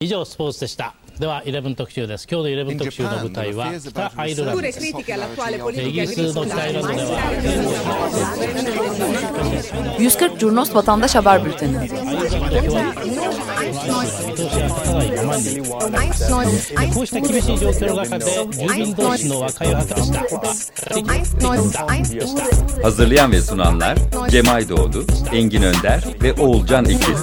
以上スポーツでした。では11特集です。今日の11特集の舞台は北アイルランドです。イギリスの北アイルランドでは 140 Curnos Vatandaş Haber Bülteni. Hazırlayan ve sunanlar Cemay Doğdu, Engin Önder ve Oğulcan İkiz.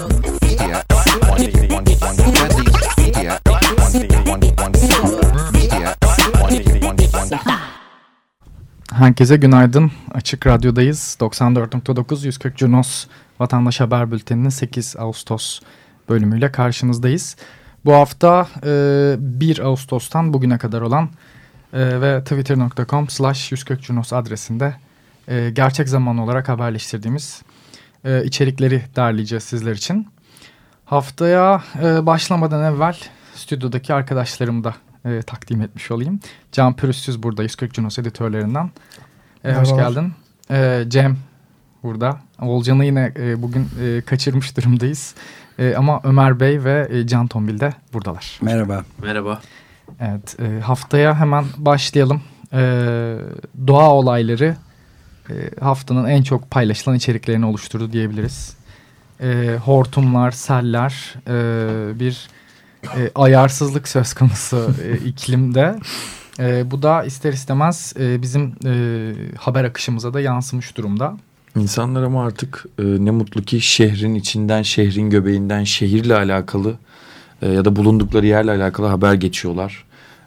Herkese günaydın. Açık Radyo'dayız. 94.9 140 Curnos Vatandaş Haber Bülteni'nin 8 Ağustos bölümüyle karşınızdayız. Bu hafta 1 Ağustos'tan bugüne kadar olan ve twitter.com/140 Curnos adresinde gerçek zamanlı olarak haberleştirdiğimiz içerikleri derleyeceğiz sizler için. Haftaya başlamadan evvel stüdyodaki arkadaşlarımı da takdim etmiş olayım. Can Pürüzsüz burada 140 Curnos editörlerinden. Hoş geldin. Cem burada. Oğulcan'ı yine bugün kaçırmış durumdayız. Ama Ömer Bey ve Can Tombil de buradalar. Merhaba. Merhaba. Evet, haftaya hemen başlayalım. Doğa olayları haftanın en çok paylaşılan içeriklerini oluşturdu diyebiliriz. Hortumlar, seller, bir ayarsızlık söz konusu iklimde. Bu da ister istemez bizim haber akışımıza da yansımış durumda. İnsanlar ama artık ne mutlu ki şehrin içinden, şehrin göbeğinden şehirle alakalı ya da bulundukları yerle alakalı haber geçiyorlar.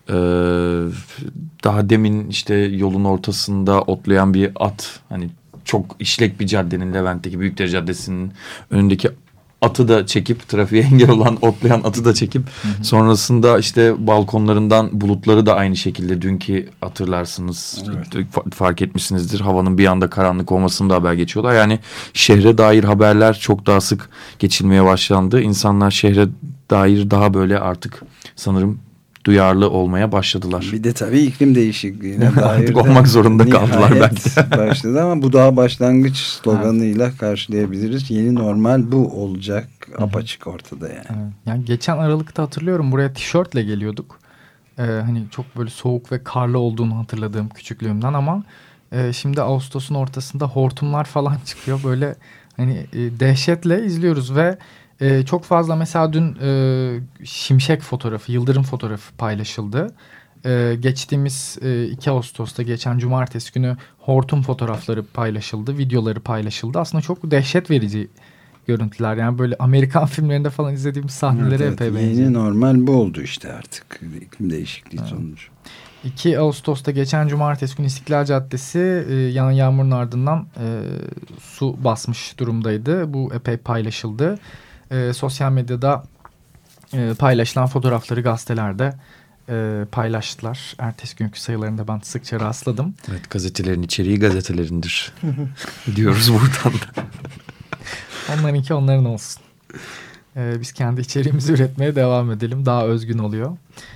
Daha demin işte yolun ortasında otlayan bir at, hani çok işlek bir caddenin, Levent'teki Büyükdere Caddesi'nin önündeki atı da çekip, trafiğe engel olan otlayan atı da çekip, sonrasında işte balkonlarından bulutları da aynı şekilde, dünkü hatırlarsınız, evet, fark etmişsinizdir, havanın bir anda karanlık olmasını da haber geçiyorlar. Yani şehre dair haberler çok daha sık geçilmeye başlandı. İnsanlar şehre dair daha böyle artık sanırım duyarlı olmaya başladılar. Bir de tabii iklim değişikliğine dair artık olmak zorunda kaldılar belki de. Başladı ama bu daha başlangıç sloganıyla karşılayabiliriz. Yeni normal bu olacak, apaçık ortada yani. Evet. Yani geçen Aralık'ta hatırlıyorum, buraya tişörtle geliyorduk. Hani çok böyle soğuk ve karlı olduğunu hatırladığım küçüklüğümden ama şimdi Ağustos'un ortasında hortumlar falan çıkıyor. Böyle hani dehşetle izliyoruz ve çok fazla mesela dün şimşek fotoğrafı, yıldırım fotoğrafı paylaşıldı. Geçtiğimiz 2 Ağustos'ta geçen cumartesi günü hortum fotoğrafları paylaşıldı, videoları paylaşıldı. Aslında çok dehşet verici görüntüler. Yani böyle Amerikan filmlerinde falan izlediğimiz sahnelere evet, epey benziyor. Yeni normal bu oldu işte artık, iklim değişikliği sonucu. 2 Ağustos'ta geçen cumartesi günü İstiklal Caddesi yağan yağmurun ardından su basmış durumdaydı. Bu epey paylaşıldı. Sosyal medyada paylaşılan fotoğrafları gazetelerde paylaştılar. Ertesi günkü sayılarında ben sıkça rastladım. Evet, gazetelerin içeriği gazetelerindir diyoruz buradan da. Onlarınki onların olsun. Biz kendi içeriğimizi üretmeye devam edelim. Daha özgün oluyor.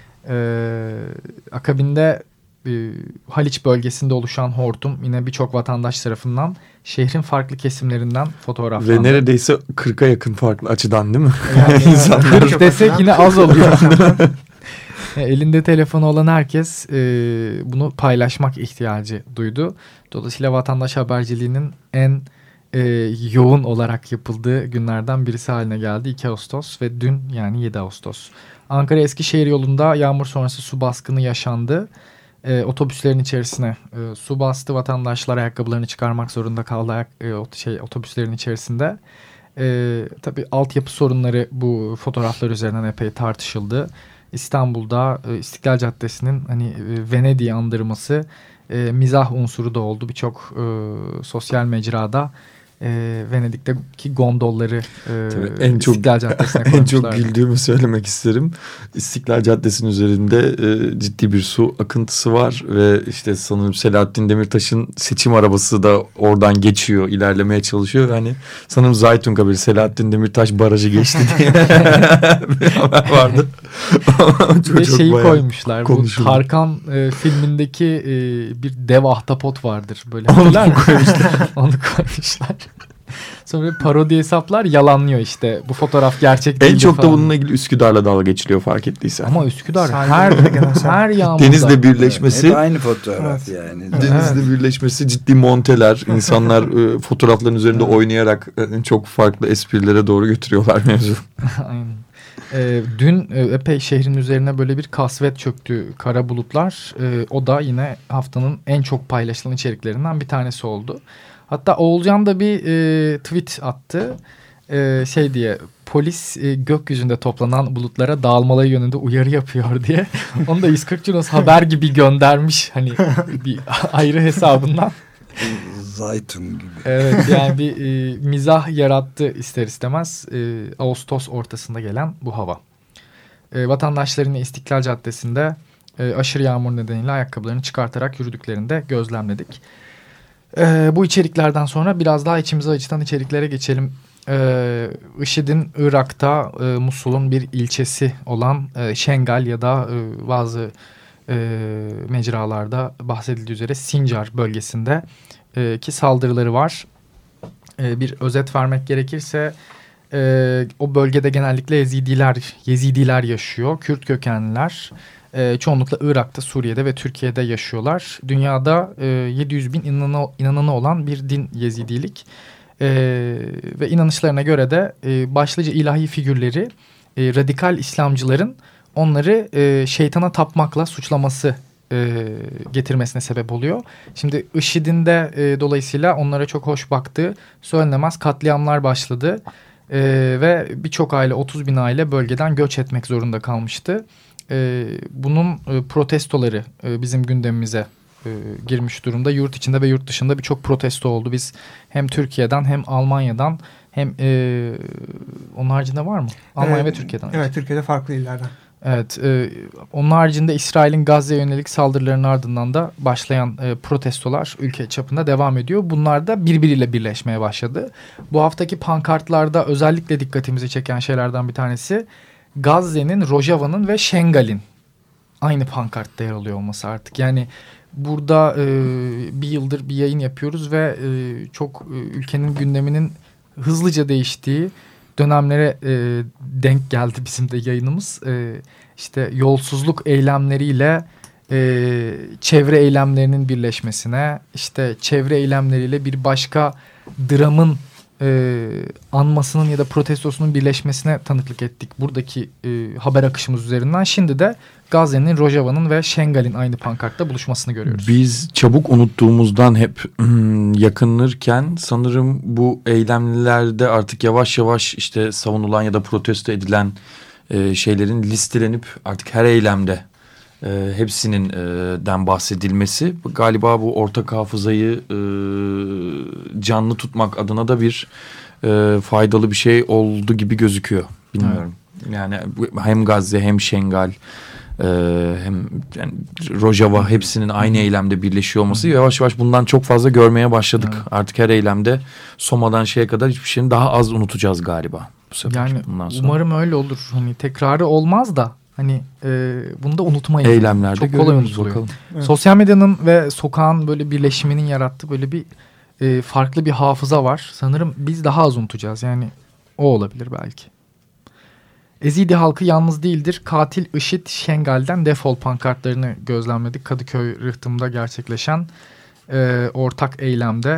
Akabinde Haliç bölgesinde oluşan hortum yine birçok vatandaş tarafından şehrin farklı kesimlerinden fotoğraflandı. Ve neredeyse 40'a yakın farklı açıdan, değil mi? Yani 40 desek yine az oluyor. Elinde telefonu olan herkes bunu paylaşmak ihtiyacı duydu. Dolayısıyla vatandaş haberciliğinin en yoğun olarak yapıldığı günlerden birisi haline geldi 2 Ağustos ve dün yani 7 Ağustos. Ankara Eskişehir yolunda yağmur sonrası su baskını yaşandı. Otobüslerin içerisine su bastı. Vatandaşlar ayakkabılarını çıkarmak zorunda kaldı otobüslerin içerisinde. Tabii altyapı sorunları bu fotoğraflar üzerinden epey tartışıldı. İstanbul'da İstiklal Caddesi'nin hani Venedik'i andırması mizah unsuru da oldu. Birçok sosyal mecrada Venedik'teki gondolları İstiklal Caddesi'ne koymuşlar. En çok güldüğümü söylemek isterim. İstiklal Caddesi'nin üzerinde ciddi bir su akıntısı var ve işte sanırım Selahattin Demirtaş'ın seçim arabası da oradan geçiyor, ilerlemeye çalışıyor. Yani sanırım Zaytun haberi, Selahattin Demirtaş barajı geçti diye bir haber vardı. Ve şeyi koymuşlar. Konuşuldu. Bu Tarkan filmindeki bir dev ahtapot vardır. Böyle onu koymuşlar. Onu koymuşlar. Sonra parodi hesaplar yalanlıyor işte. Bu fotoğraf gerçek değil. En çok falan. da bununla ilgili Üsküdar'la dalga geçiliyor fark ettiysen. Ama Üsküdar her yağmurda. Denizle birleşmesi. Hep aynı fotoğraf yani. Denizle birleşmesi, ciddi monteler. İnsanlar fotoğrafların üzerinde oynayarak çok farklı esprilere doğru götürüyorlar mevzu. Aynen. Dün epey şehrin üzerine böyle bir kasvet çöktü, kara bulutlar. O da yine haftanın en çok paylaşılan içeriklerinden bir tanesi oldu. Hatta Oğulcan da bir tweet attı. Şey diye, polis gökyüzünde toplanan bulutlara dağılmaları yönünde uyarı yapıyor diye. Onu da 140 Cunos haber gibi göndermiş. Hani bir ayrı hesabından. Zaytun gibi. Evet, yani bir mizah yarattı ister istemez Ağustos ortasında gelen bu hava. Vatandaşların İstiklal Caddesi'nde aşırı yağmur nedeniyle ayakkabılarını çıkartarak yürüdüklerini de gözlemledik. Bu içeriklerden sonra biraz daha içimizi acıtan içeriklere geçelim. IŞİD'in Irak'ta Musul'un bir ilçesi olan Şengal ya da bazı mecralarda bahsedildiği üzere Sincar bölgesinde ki saldırıları var. Bir özet vermek gerekirse o bölgede genellikle Yezidiler yaşıyor. Kürt kökenliler. Çoğunlukla Irak'ta, Suriye'de ve Türkiye'de yaşıyorlar. Dünyada 700 bin inananı olan bir din Yezidilik. Ve inanışlarına göre de başlıca ilahi figürleri radikal İslamcıların onları şeytana tapmakla suçlaması getirmesine sebep oluyor. Şimdi IŞİD'in de dolayısıyla onlara çok hoş baktığı söylenemez katliamlar başladı. Ve birçok aile, 30 bin aile bölgeden göç etmek zorunda kalmıştı. Bunun protestoları bizim gündemimize girmiş durumda. Yurt içinde ve yurt dışında birçok protesto oldu. Biz hem Türkiye'den hem Almanya'dan hem onun haricinde var mı? Almanya ve Türkiye'den. Evet, Türkiye'de farklı illerden. Evet, onun haricinde İsrail'in Gazze'ye yönelik saldırılarının ardından da başlayan protestolar ülke çapında devam ediyor. Bunlar da birbiriyle birleşmeye başladı. Bu haftaki pankartlarda özellikle dikkatimizi çeken şeylerden bir tanesi Gazze'nin, Rojava'nın ve Şengal'in aynı pankartta yer alıyor olması artık. Yani burada bir yıldır bir yayın yapıyoruz ve çok ülkenin gündeminin hızlıca değiştiği dönemlere denk geldi bizim de yayınımız. İşte yolsuzluk eylemleriyle çevre eylemlerinin birleşmesine, işte çevre eylemleriyle bir başka dramın anmasının ya da protestosunun birleşmesine tanıklık ettik buradaki haber akışımız üzerinden. Şimdi de Gazze'nin, Rojava'nın ve Şengal'in aynı pankartta buluşmasını görüyoruz. Biz çabuk unuttuğumuzdan hep yakınırken sanırım bu eylemlerde artık yavaş yavaş işte savunulan ya da protesto edilen şeylerin listelenip artık her eylemde hepsinin den bahsedilmesi galiba bu ortak hafızayı canlı tutmak adına da bir faydalı bir şey oldu gibi gözüküyor. Bilmiyorum. Evet. Yani hem Gazze hem Şengal hem yani Rojava hepsinin aynı eylemde birleşiyor olması yavaş yavaş bundan çok fazla görmeye başladık. Evet. Artık her eylemde Soma'dan şeye kadar hiçbir şeyin daha az unutacağız galiba. Bu sefer, yani umarım öyle olur. Hani tekrarı olmaz da hani bunu da unutmayın. Eylemlerde çok kolay unutuluyor. Evet. Sosyal medyanın ve sokağın böyle birleşiminin yarattığı böyle bir farklı bir hafıza var. Sanırım biz daha az unutacağız. Yani o olabilir belki. Ezidi halkı yalnız değildir. Katil IŞİD Şengal'den defol pankartlarını gözlemledik. Kadıköy Rıhtım'da gerçekleşen ortak eylemde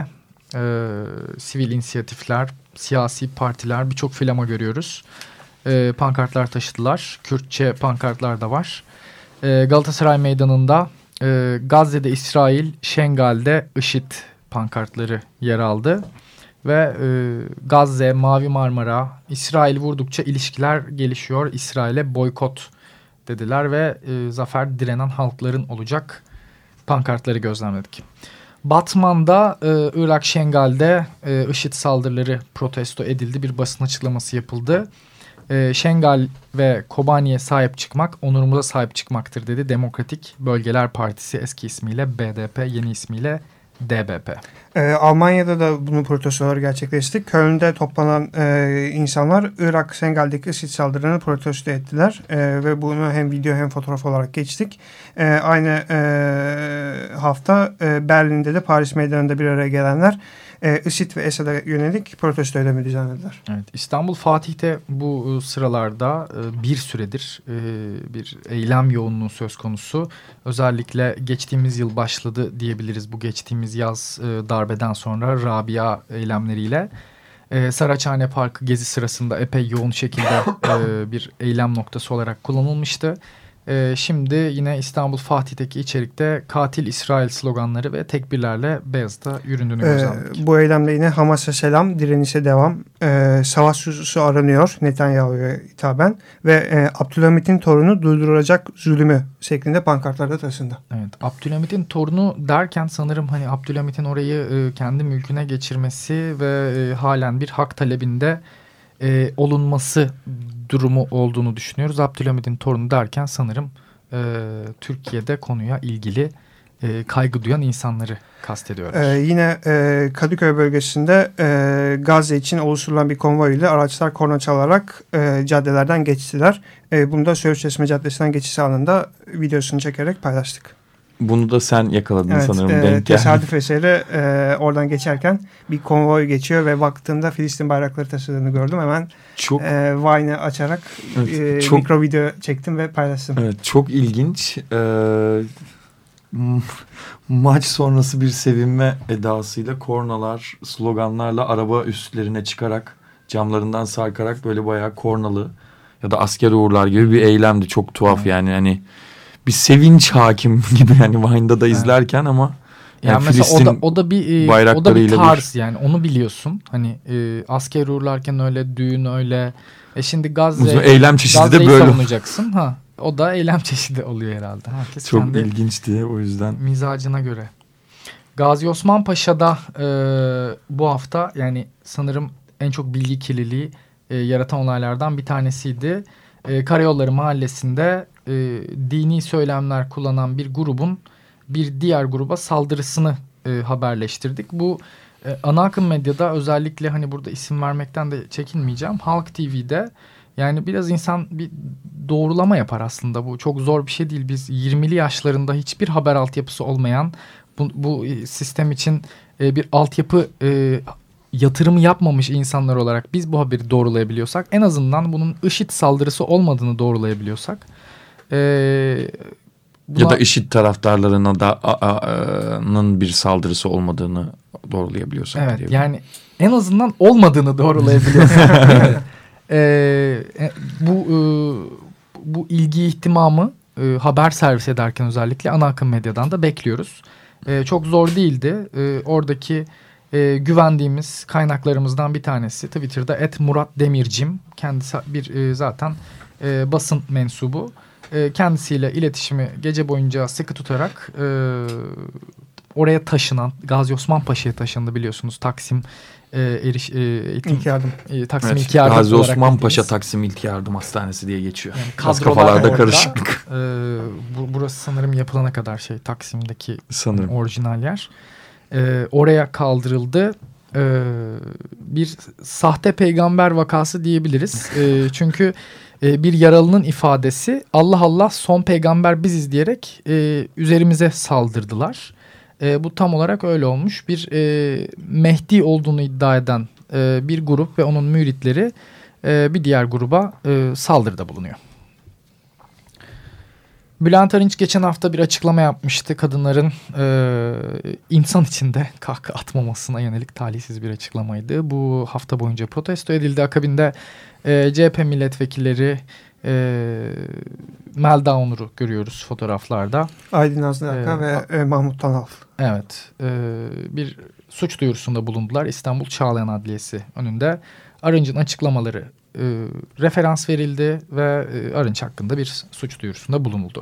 sivil inisiyatifler, siyasi partiler birçok flama görüyoruz. Pankartlar taşıdılar. Kürtçe pankartlar da var. Galatasaray Meydanı'nda Gazze'de İsrail, Şengal'de IŞİD pankartları yer aldı. Ve Gazze, Mavi Marmara, İsrail vurdukça ilişkiler gelişiyor. İsrail'e boykot dediler ve zafer direnen halkların olacak pankartları gözlemledik. Batman'da Irak Şengal'de IŞİD saldırıları protesto edildi. Bir basın açıklaması yapıldı. Şengal ve Kobani'ye sahip çıkmak onurumuza sahip çıkmaktır dedi. Demokratik Bölgeler Partisi eski ismiyle BDP, yeni ismiyle DBP. Almanya'da da bunun protestoları gerçekleşti. Köln'de toplanan insanlar Irak Şengal'deki IŞİD saldırılarını protesto ettiler. Ve bunu hem video hem fotoğraf olarak geçtik. Aynı hafta Berlin'de de Paris Meydanı'nda bir araya gelenler IŞİD ve Esad'a yönelik protesto eylemi düzenlediler. Evet, İstanbul Fatih'te bu sıralarda bir süredir bir eylem yoğunluğu söz konusu. Özellikle geçtiğimiz yıl başladı diyebiliriz, bu geçtiğimiz yaz darbeden sonra Rabia eylemleriyle. Saraçhane Parkı gezi sırasında epey yoğun şekilde bir eylem noktası olarak kullanılmıştı. Şimdi yine İstanbul Fatih'teki içerikte katil İsrail sloganları ve tekbirlerle Beyazıt'ta yüründüğünü gözlemledik. Bu eylemde yine Hamas'a selam, direnişe devam, savaş suçlusu aranıyor Netanyahu'ya hitaben ve Abdülhamit'in torunu durduracak zulümü şeklinde pankartlarda taşındı. Evet, Abdülhamit'in torunu derken sanırım hani Abdülhamit'in orayı kendi mülküne geçirmesi ve halen bir hak talebinde olunması durumu olduğunu düşünüyoruz. Abdülhamit'in torunu derken sanırım Türkiye'de konuya ilgili kaygı duyan insanları kastediyorlar. Yine Kadıköy bölgesinde Gazze için oluşturulan bir konvoy ile araçlar korna çalarak caddelerden geçtiler. Bunu da Söğütçeşme Caddesi'nden geçiş anında videosunu çekerek paylaştık. Bunu da sen yakaladın, evet, sanırım. Denk tesadüf eseri oradan geçerken bir konvoy geçiyor ve baktığımda Filistin bayrakları taşıdığını gördüm. Hemen Vine'ı açarak mikro video çektim ve paylaştım. Evet, çok ilginç. Maç sonrası bir sevinme edasıyla kornalar, sloganlarla araba üstlerine çıkarak, camlarından sarkarak böyle bayağı kornalı ya da asker uğurlar gibi bir eylemdi. Çok tuhaf yani. Hani bir sevinç hakim gibi yani Vine'da da izlerken ama yani mesela o da bir tarz yani, onu biliyorsun. Hani asker uğurlarken öyle, düğün öyle. Şimdi eylem çeşidi de böyle savunacaksın. O da eylem çeşidi oluyor herhalde. Herkes çok ilginçti o yüzden. Mizacına göre. Gazi Osman Paşa'da bu hafta yani sanırım en çok bilgi kirliliği yaratan olaylardan bir tanesiydi. Karayolları Mahallesi'nde dini söylemler kullanan bir grubun bir diğer gruba saldırısını haberleştirdik. Bu ana akım medyada, özellikle hani burada isim vermekten de çekinmeyeceğim, Halk TV'de yani biraz insan bir doğrulama yapar aslında. Bu çok zor bir şey değil. Biz 20'li yaşlarında hiçbir haber altyapısı olmayan, bu sistem için bir altyapı yatırımı yapmamış insanlar olarak biz bu haberi doğrulayabiliyorsak, en azından bunun IŞİD saldırısı olmadığını doğrulayabiliyorsak, ya da IŞİD taraftarlarına da bir saldırısı olmadığını doğrulayabiliyorsak. Evet, yani en azından olmadığını doğrulayabiliyorsak. Bu ilgi ihtimamı haber servis ederken özellikle ana akım medyadan da bekliyoruz. Çok zor değildi. Oradaki güvendiğimiz kaynaklarımızdan bir tanesi Twitter'da @muratdemircim, kendisi bir zaten basın mensubu. Kendisiyle iletişimi gece boyunca sıkı tutarak oraya taşınan, Gazi Osman Paşa'ya taşındı biliyorsunuz, Taksim İlk yardım. Taksim İlk Yardım Gazi Osman Paşa Taksim İlk Yardım Hastanesi diye geçiyor. Yani kafalarda karışıklık. Burası sanırım yapılana kadar Taksim'deki orijinal yer. Oraya kaldırıldı. Bir sahte peygamber vakası diyebiliriz. Çünkü bir yaralının ifadesi Allah Allah son peygamber biziz diyerek üzerimize saldırdılar. Bu tam olarak öyle olmuş. Bir Mehdi olduğunu iddia eden bir grup ve onun müritleri bir diğer gruba saldırıda bulunuyor. Bülent Arınç geçen hafta bir açıklama yapmıştı. Kadınların insan içinde kahkaha atmamasına yönelik talihsiz bir açıklamaydı. Bu hafta boyunca protesto edildi. Akabinde CHP milletvekilleri Melda Onur'u görüyoruz fotoğraflarda. Aydın Nazlı Aka ve Mahmut Tanal. Evet. Bir suç duyurusunda bulundular İstanbul Çağlayan Adliyesi önünde. Arınç'ın açıklamaları referans verildi ve Arınç hakkında bir suç duyurusunda bulunuldu.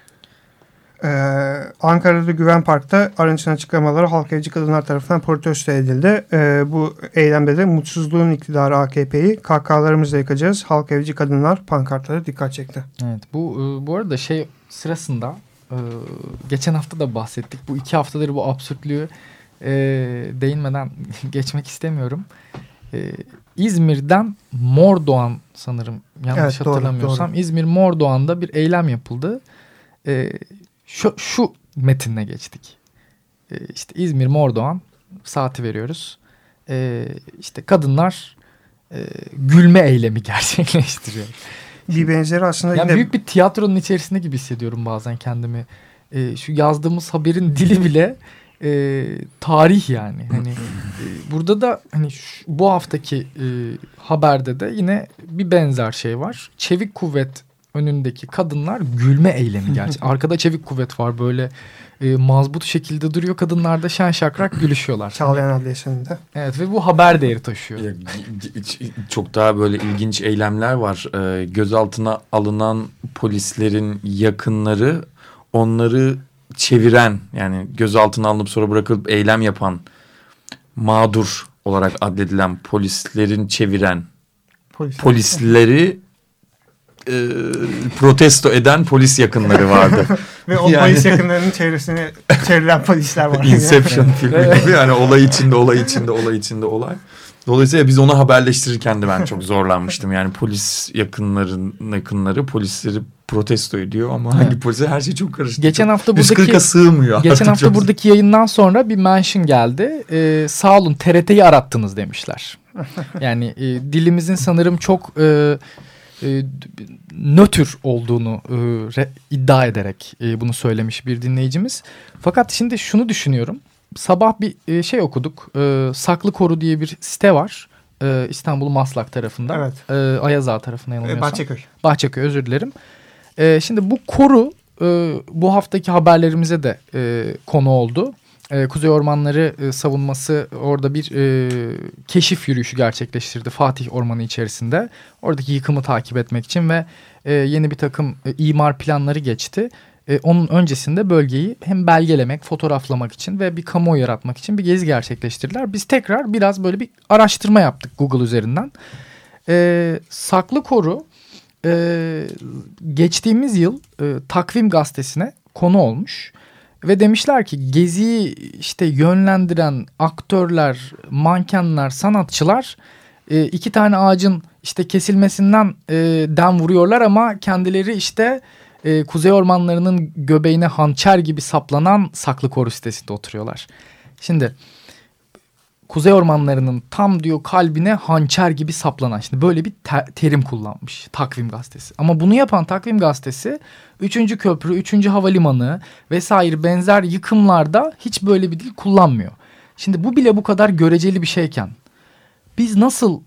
Ankara'da Güven Park'ta Arınç'ın açıklamaları halk evci kadınlar tarafından protesto edildi. Bu eylemde de mutsuzluğun iktidarı AKP'yi KK'larımızla yıkacağız, halk evci kadınlar pankartları dikkat çekti. Evet, bu arada sırasında geçen hafta da bahsettik. Bu 2 haftadır bu absürtlüğü değinmeden geçmek istemiyorum. İzmir'den Mordoğan sanırım, yanlış hatırlamıyorsam, doğru. İzmir Mordoğan'da bir eylem yapıldı. Şu metinle geçtik. İşte İzmir Mordoğan, saati veriyoruz. işte kadınlar gülme eylemi gerçekleştiriyor. Bir benzeri aslında yani büyük bir tiyatronun içerisinde gibi hissediyorum bazen kendimi. Şu yazdığımız haberin dili bile tarih yani. Hani burada da hani bu haftaki haberde de yine bir benzer şey var. Çevik kuvvet önündeki kadınlar gülme eylemi gerçi. Arkada çevik kuvvet var böyle mazbut şekilde duruyor. Kadınlar da şen şakrak gülüşüyorlar. Çağlayan Adliyesi'nde. Evet ve bu haber değeri taşıyor. Çok daha böyle ilginç eylemler var. Gözaltına alınan polislerin yakınları onları çeviren, yani gözaltına alınıp sonra bırakılıp eylem yapan, mağdur olarak addedilen polislerin çeviren polisleri protesto eden polis yakınları vardı. Ve o polis yakınlarının çevresine çevrilen polisler var. Inception filmi gibi yani olay içinde olay. Dolayısıyla biz onu haberleştirirken de ben çok zorlanmıştım. Yani polis yakınları polisleri protesto ediyor ama hangi polise her şey çok karıştı. Geçen hafta 140'a sığmıyor. Geçen hafta buradaki yayından sonra bir mention geldi. Sağ olun TRT'yi arattınız demişler. Yani dilimizin sanırım çok nötr olduğunu iddia ederek bunu söylemiş bir dinleyicimiz. Fakat şimdi şunu düşünüyorum. Sabah bir şey okuduk. Saklı Koru diye bir site var. İstanbul Maslak tarafında. Evet. Ayaz Ağa tarafına yanılmıyorsam. Bahçeköy. Bahçeköy, özür dilerim. Şimdi bu koru bu haftaki haberlerimize de konu oldu. Kuzey Ormanları savunması orada bir keşif yürüyüşü gerçekleştirdi Fatih Ormanı içerisinde. Oradaki yıkımı takip etmek için ve yeni bir takım imar planları geçti. Onun öncesinde bölgeyi hem belgelemek, fotoğraflamak için ve bir kamuoyu yaratmak için bir gezi gerçekleştirdiler. Biz tekrar biraz böyle bir araştırma yaptık Google üzerinden. Saklı Koru geçtiğimiz yıl Takvim Gazetesi'ne konu olmuş. Ve demişler ki geziyi işte yönlendiren aktörler, mankenler, sanatçılar 2 tane ağacın işte kesilmesinden dem vuruyorlar ama kendileri işte Kuzey Ormanları'nın göbeğine hançer gibi saplanan Saklı Koru sitesinde oturuyorlar. Şimdi Kuzey Ormanları'nın tam diyor kalbine hançer gibi saplanan, şimdi böyle bir terim kullanmış Takvim Gazetesi. Ama bunu yapan Takvim Gazetesi 3. köprü, 3. havalimanı vesaire benzer yıkımlarda hiç böyle bir dil kullanmıyor. Şimdi bu bile bu kadar göreceli bir şeyken biz nasıl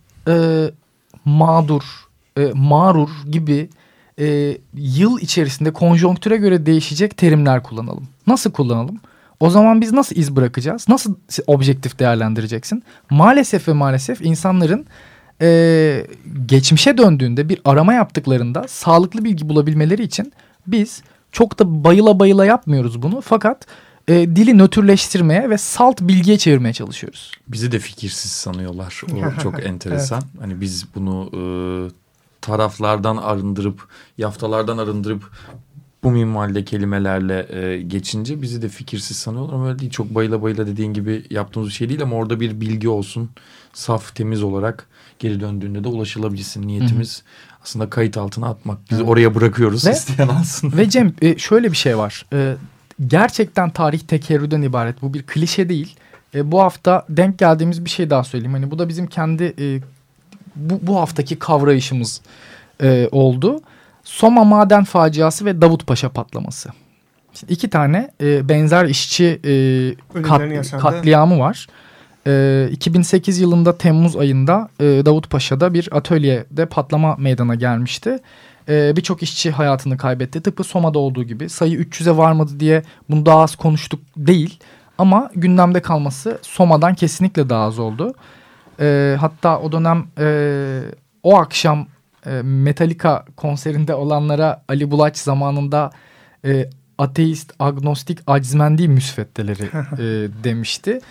mağrur gibi yıl içerisinde konjonktüre göre değişecek terimler kullanalım? Nasıl kullanalım? O zaman biz nasıl iz bırakacağız? Nasıl objektif değerlendireceksin? Maalesef insanların geçmişe döndüğünde bir arama yaptıklarında sağlıklı bilgi bulabilmeleri için biz çok da bayıla yapmıyoruz bunu. Fakat dili nötrleştirmeye ve salt bilgiye çevirmeye çalışıyoruz. Bizi de fikirsiz sanıyorlar. O çok enteresan. Evet. Hani biz bunu taraflardan arındırıp, yaftalardan arındırıp bu minvalde kelimelerle geçince bizi de fikirsiz sanıyorlar ama öyle değil. Çok bayıla dediğin gibi yaptığımız bir şey değil ama orada bir bilgi olsun. Saf, temiz olarak geri döndüğünde de ulaşılabilsin. Niyetimiz aslında kayıt altına atmak. Biz oraya bırakıyoruz. İsteyen alsın. Ve Cem şöyle bir şey var. Gerçekten tarih tekerrürden ibaret. Bu bir klişe değil. Bu hafta denk geldiğimiz bir şey daha söyleyeyim. Hani bu da bizim kendi bu haftaki kavrayışımız oldu. Soma maden faciası ve Davutpaşa patlaması. Şimdi 2 tane benzer işçi katliamı var. 2008 yılında Temmuz ayında Davutpaşa'da bir atölyede patlama meydana gelmişti. Birçok işçi hayatını kaybetti. Tıpkı Soma'da olduğu gibi. Sayı 300'e varmadı diye bunu daha az konuştuk değil. Ama gündemde kalması Soma'dan kesinlikle daha az oldu. Hatta o dönem o akşam Metallica konserinde olanlara Ali Bulaç zamanında ateist, agnostik, acizmendi müsveddeleri demişti.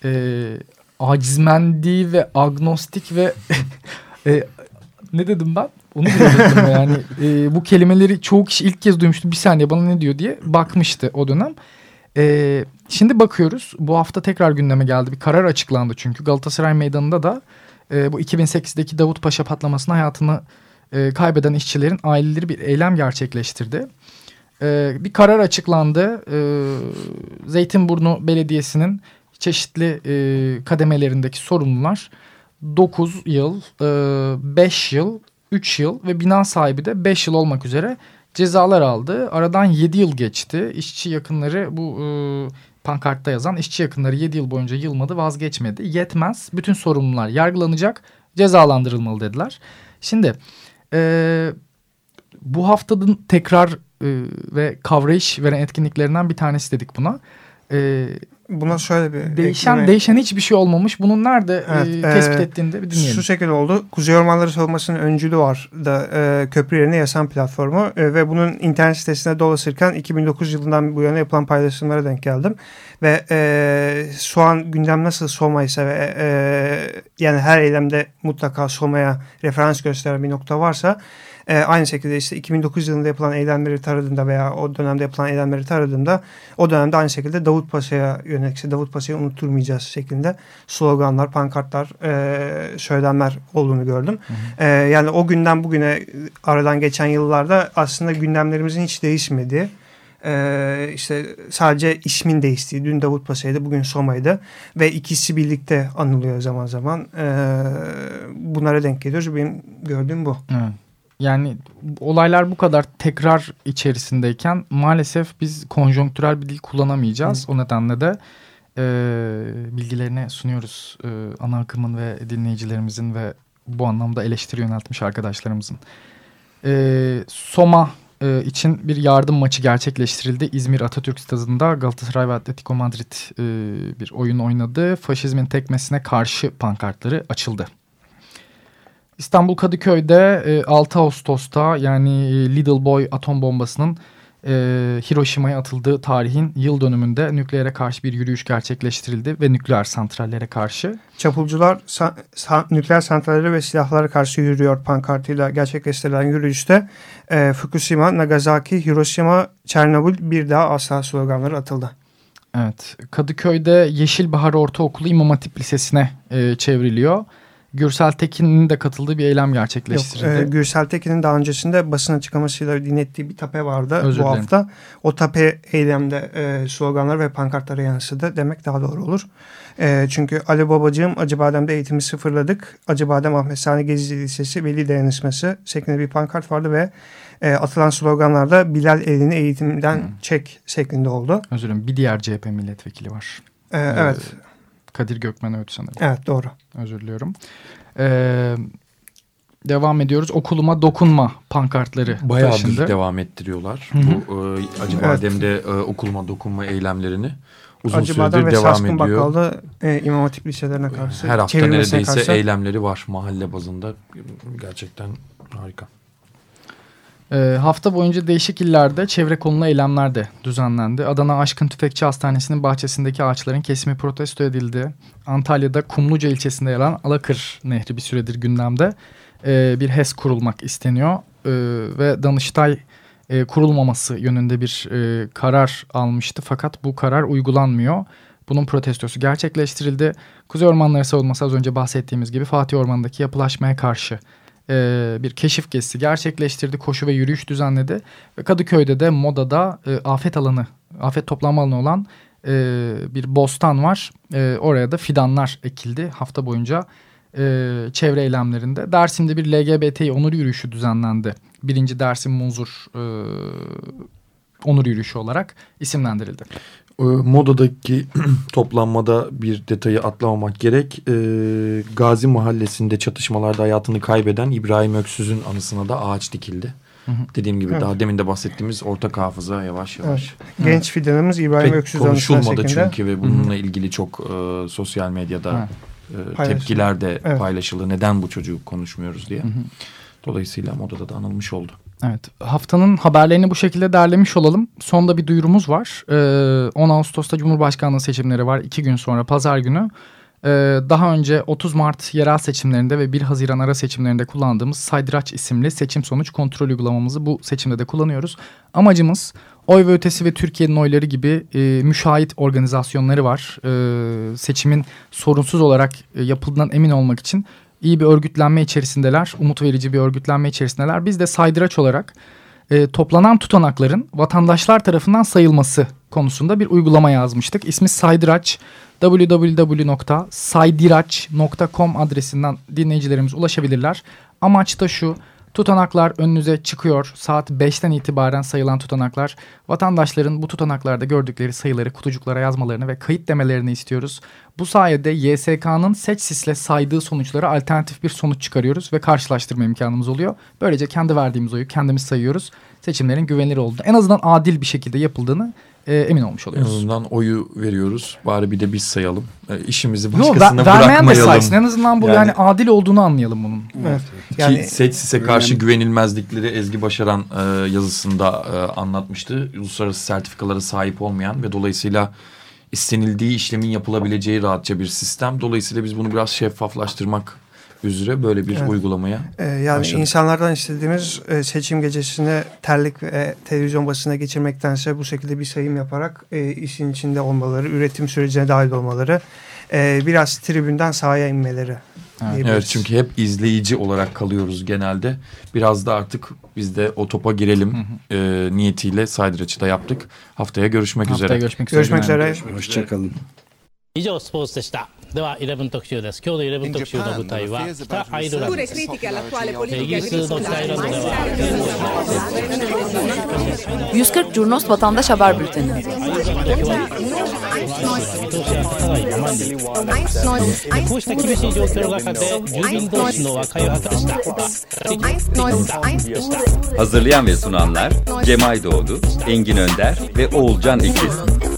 Acizmendi ve agnostik ve ne dedim ben? Onu dedim yani. Bu kelimeleri çoğu kişi ilk kez duymuştu. Bir saniye bana ne diyor diye bakmıştı o dönem. Şimdi bakıyoruz. Bu hafta tekrar gündeme geldi. Bir karar açıklandı çünkü. Galatasaray Meydanı'nda da bu 2008'deki Davutpaşa patlamasına hayatını kaybeden işçilerin aileleri bir eylem gerçekleştirdi. Bir karar açıklandı. Zeytinburnu Belediyesi'nin çeşitli kademelerindeki sorumlular 9 yıl, 5 yıl, 3 yıl ve bina sahibi de 5 yıl olmak üzere cezalar aldı. Aradan 7 yıl geçti. İşçi yakınları bu pankartta yazan işçi yakınları 7 yıl boyunca yılmadı, vazgeçmedi. Yetmez, bütün sorumlular yargılanacak, cezalandırılmalı dediler. Şimdi bu haftanın tekrar ve kavrayış veren etkinliklerinden bir tanesi dedik buna. Buna şöyle bir değişen hiçbir şey olmamış. Bunun nerede tespit ettiğinde bir dinleyelim. Şu şekilde oldu. Kuzey Ormanları Savunması'nın öncülü var da köprü yerine yasan platformu ve bunun internet sitesine dolaşırken 2009 yılından bu yana yapılan paylaşımlara denk geldim. Ve şu an gündem nasıl SOMA ise ve yani her eylemde mutlaka SOMA'ya referans gösteren bir nokta varsa aynı şekilde işte 2009 yılında yapılan eylemleri taradığımda veya o dönemde yapılan eylemleri taradığımda o dönemde aynı şekilde Davutpaşa'ya yönelik, Davutpaşa'yı unutturmayacağız şeklinde sloganlar, pankartlar, söylemler olduğunu gördüm. Yani o günden bugüne aradan geçen yıllarda aslında gündemlerimizin hiç değişmediği, işte sadece ismin değiştiği, dün Davutpaşa'ydı, bugün SOMA'ydı ve ikisi birlikte anılıyor zaman zaman. Bunlara denk geliyoruz. Benim gördüğüm bu. Evet. Yani olaylar bu kadar tekrar içerisindeyken maalesef biz konjonktürel bir dil kullanamayacağız. O nedenle de bilgilerini sunuyoruz ana akımın ve dinleyicilerimizin ve bu anlamda eleştiri yöneltmiş arkadaşlarımızın. SOMA için bir yardım maçı gerçekleştirildi. İzmir Atatürk Stadı'nda Galatasaray ve Atletico Madrid bir oyun oynadı. Faşizmin tekmesine karşı pankartları açıldı. İstanbul Kadıköy'de 6 Ağustos'ta yani Little Boy atom bombasının Hiroşima'ya atıldığı tarihin yıl dönümünde nükleere karşı bir yürüyüş gerçekleştirildi ve nükleer santrallere karşı. Çapulcular nükleer santrallere ve silahlara karşı yürüyor pankartıyla gerçekleştirilen yürüyüşte Fukushima, Nagasaki, Hiroşima, Çernobil bir daha asla sloganları atıldı. Evet, Kadıköy'de Yeşil Bahar Ortaokulu İmam Hatip Lisesi'ne çevriliyor. Gürsel Tekin'in de katıldığı bir eylem gerçekleştirildi. Yok, Gürsel Tekin'in daha öncesinde basın açıklamasıyla dinlettiği bir tape vardı bu hafta. O tape eylemde sloganlar ve pankartlara yansıdı demek daha doğru olur. Çünkü Ali Babacığım Acıbadem'de eğitimi sıfırladık. Acıbadem Ahmet Sani Gezici Lisesi Veli Dayanışması şeklinde bir pankart vardı ve atılan sloganlarda Bilal elini eğitimden çek şeklinde oldu. Özür dilerim, bir diğer CHP milletvekili var. Evet. Kadir Gökmen Öğüt sanırım. Evet, doğru. Özür diliyorum. Devam ediyoruz. Okuluma dokunma pankartları bayağı taşındı. Bayağı devam ettiriyorlar. Bu Acıbadem'de okuluma dokunma eylemlerini uzun süredir devam ediyor. Saskın Bakkal'da İmam Hatip liselerine karşı. Her hafta neredeyse eylemleri var mahalle bazında. Gerçekten harika. Hafta boyunca değişik illerde çevre konulu eylemler de düzenlendi. Adana Aşkın Tüfekçi Hastanesi'nin bahçesindeki ağaçların kesimi protesto edildi. Antalya'da Kumluca ilçesinde yer alan Alakır Nehri bir süredir gündemde. Bir HES kurulmak isteniyor ve Danıştay kurulmaması yönünde bir karar almıştı. Fakat bu karar uygulanmıyor. Bunun protestosu gerçekleştirildi. Kuzey Ormanları Savunması az önce bahsettiğimiz gibi Fatih Ormanı'ndaki yapılaşmaya karşı bir keşif gezisi gerçekleştirdi. Koşu ve yürüyüş düzenledi. Ve Kadıköy'de de Moda'da afet toplanma alanı olan bir bostan var. Oraya da fidanlar ekildi hafta boyunca çevre eylemlerinde. Dersim'de bir LGBTİ onur yürüyüşü düzenlendi. 1. Dersim Munzur onur yürüyüşü olarak isimlendirildi. Moda'daki toplanmada bir detayı atlamamak gerek. Gazi Mahallesi'nde çatışmalarda hayatını kaybeden İbrahim Öksüz'ün anısına da ağaç dikildi. Dediğim gibi daha demin de bahsettiğimiz ortak hafıza yavaş yavaş. Evet. Genç fidanımız İbrahim Öksüz anısına konuşulmadı çünkü ve bununla ilgili çok sosyal medyada tepkiler de paylaşıldı. Neden bu çocuğu konuşmuyoruz diye. Dolayısıyla Moda'da da anılmış oldu. Evet, haftanın haberlerini bu şekilde derlemiş olalım. Sonda bir duyurumuz var. 10 Ağustos'ta Cumhurbaşkanlığı seçimleri var. 2 gün sonra Pazar günü. Daha önce 30 Mart yerel seçimlerinde ve 1 Haziran ara seçimlerinde kullandığımız Saydıraç isimli seçim sonuç kontrol uygulamamızı bu seçimde de kullanıyoruz. Amacımız Oy ve Ötesi ve Türkiye'nin oyları gibi müşahit organizasyonları var. Seçimin sorunsuz olarak yapıldığından emin olmak için iyi bir örgütlenme içerisindeler. Umut verici bir örgütlenme içerisindeler. Biz de Saydıraç olarak toplanan tutanakların vatandaşlar tarafından sayılması konusunda bir uygulama yazmıştık. İsmi Saydıraç. www.saydıraç.com adresinden dinleyicilerimiz ulaşabilirler. Amaç da şu: tutanaklar önünüze çıkıyor. Saat 5'ten itibaren sayılan tutanaklar. Vatandaşların bu tutanaklarda gördükleri sayıları kutucuklara yazmalarını ve kayıt demelerini istiyoruz. Bu sayede YSK'nın SeçSis'le saydığı sonuçlara alternatif bir sonuç çıkarıyoruz ve karşılaştırma imkanımız oluyor. Böylece kendi verdiğimiz oyu kendimiz sayıyoruz. Seçimlerin güvenilir olduğunu, en azından adil bir şekilde yapıldığını emin olmuş oluyoruz. En azından oyu veriyoruz. Bari bir de biz sayalım. İşimizi başkasına bırakmayalım. Vermeyen de saysın. En azından bu yani adil olduğunu anlayalım bunun. Evet. Yani, ki SeçSis'e karşı güvenilmezlikleri Ezgi Başaran yazısında anlatmıştı. Uluslararası sertifikalara sahip olmayan ve dolayısıyla istenildiği işlemin yapılabileceği rahatça bir sistem. Dolayısıyla biz bunu biraz şeffaflaştırmak üzere böyle bir uygulamaya yani başladık. İnsanlardan istediğimiz seçim gecesine terlik ve televizyon basına geçirmektense bu şekilde bir sayım yaparak işin içinde olmaları, üretim sürecine dahil olmaları, biraz tribünden sahaya inmeleri. Evet, çünkü hep izleyici olarak kalıyoruz genelde. Biraz da artık biz de o topa girelim niyetiyle Saydıraç'ı da yaptık. Haftaya görüşmek üzere. Görüşmek üzere. Hoşçakalın. 以上スポーツでした。では11特集です。今日の11特集の舞台は北アイルランドです。イギリスの北アイルランドでは 140 Curnos Vatandaş Haber Bülteni. こうした厳しい状況の中で住民同士の和解を図りました。 Hazırlayan ve sunanlar Cemay Doğdu, Engin Önder ve Oğulcan İkiz.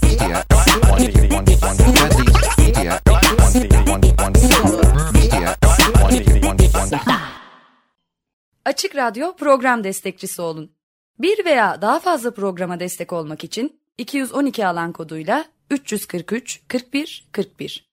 Açık Radyo program destekçisi olun. Bir veya daha fazla programa destek olmak için 212 alan koduyla 343 41 41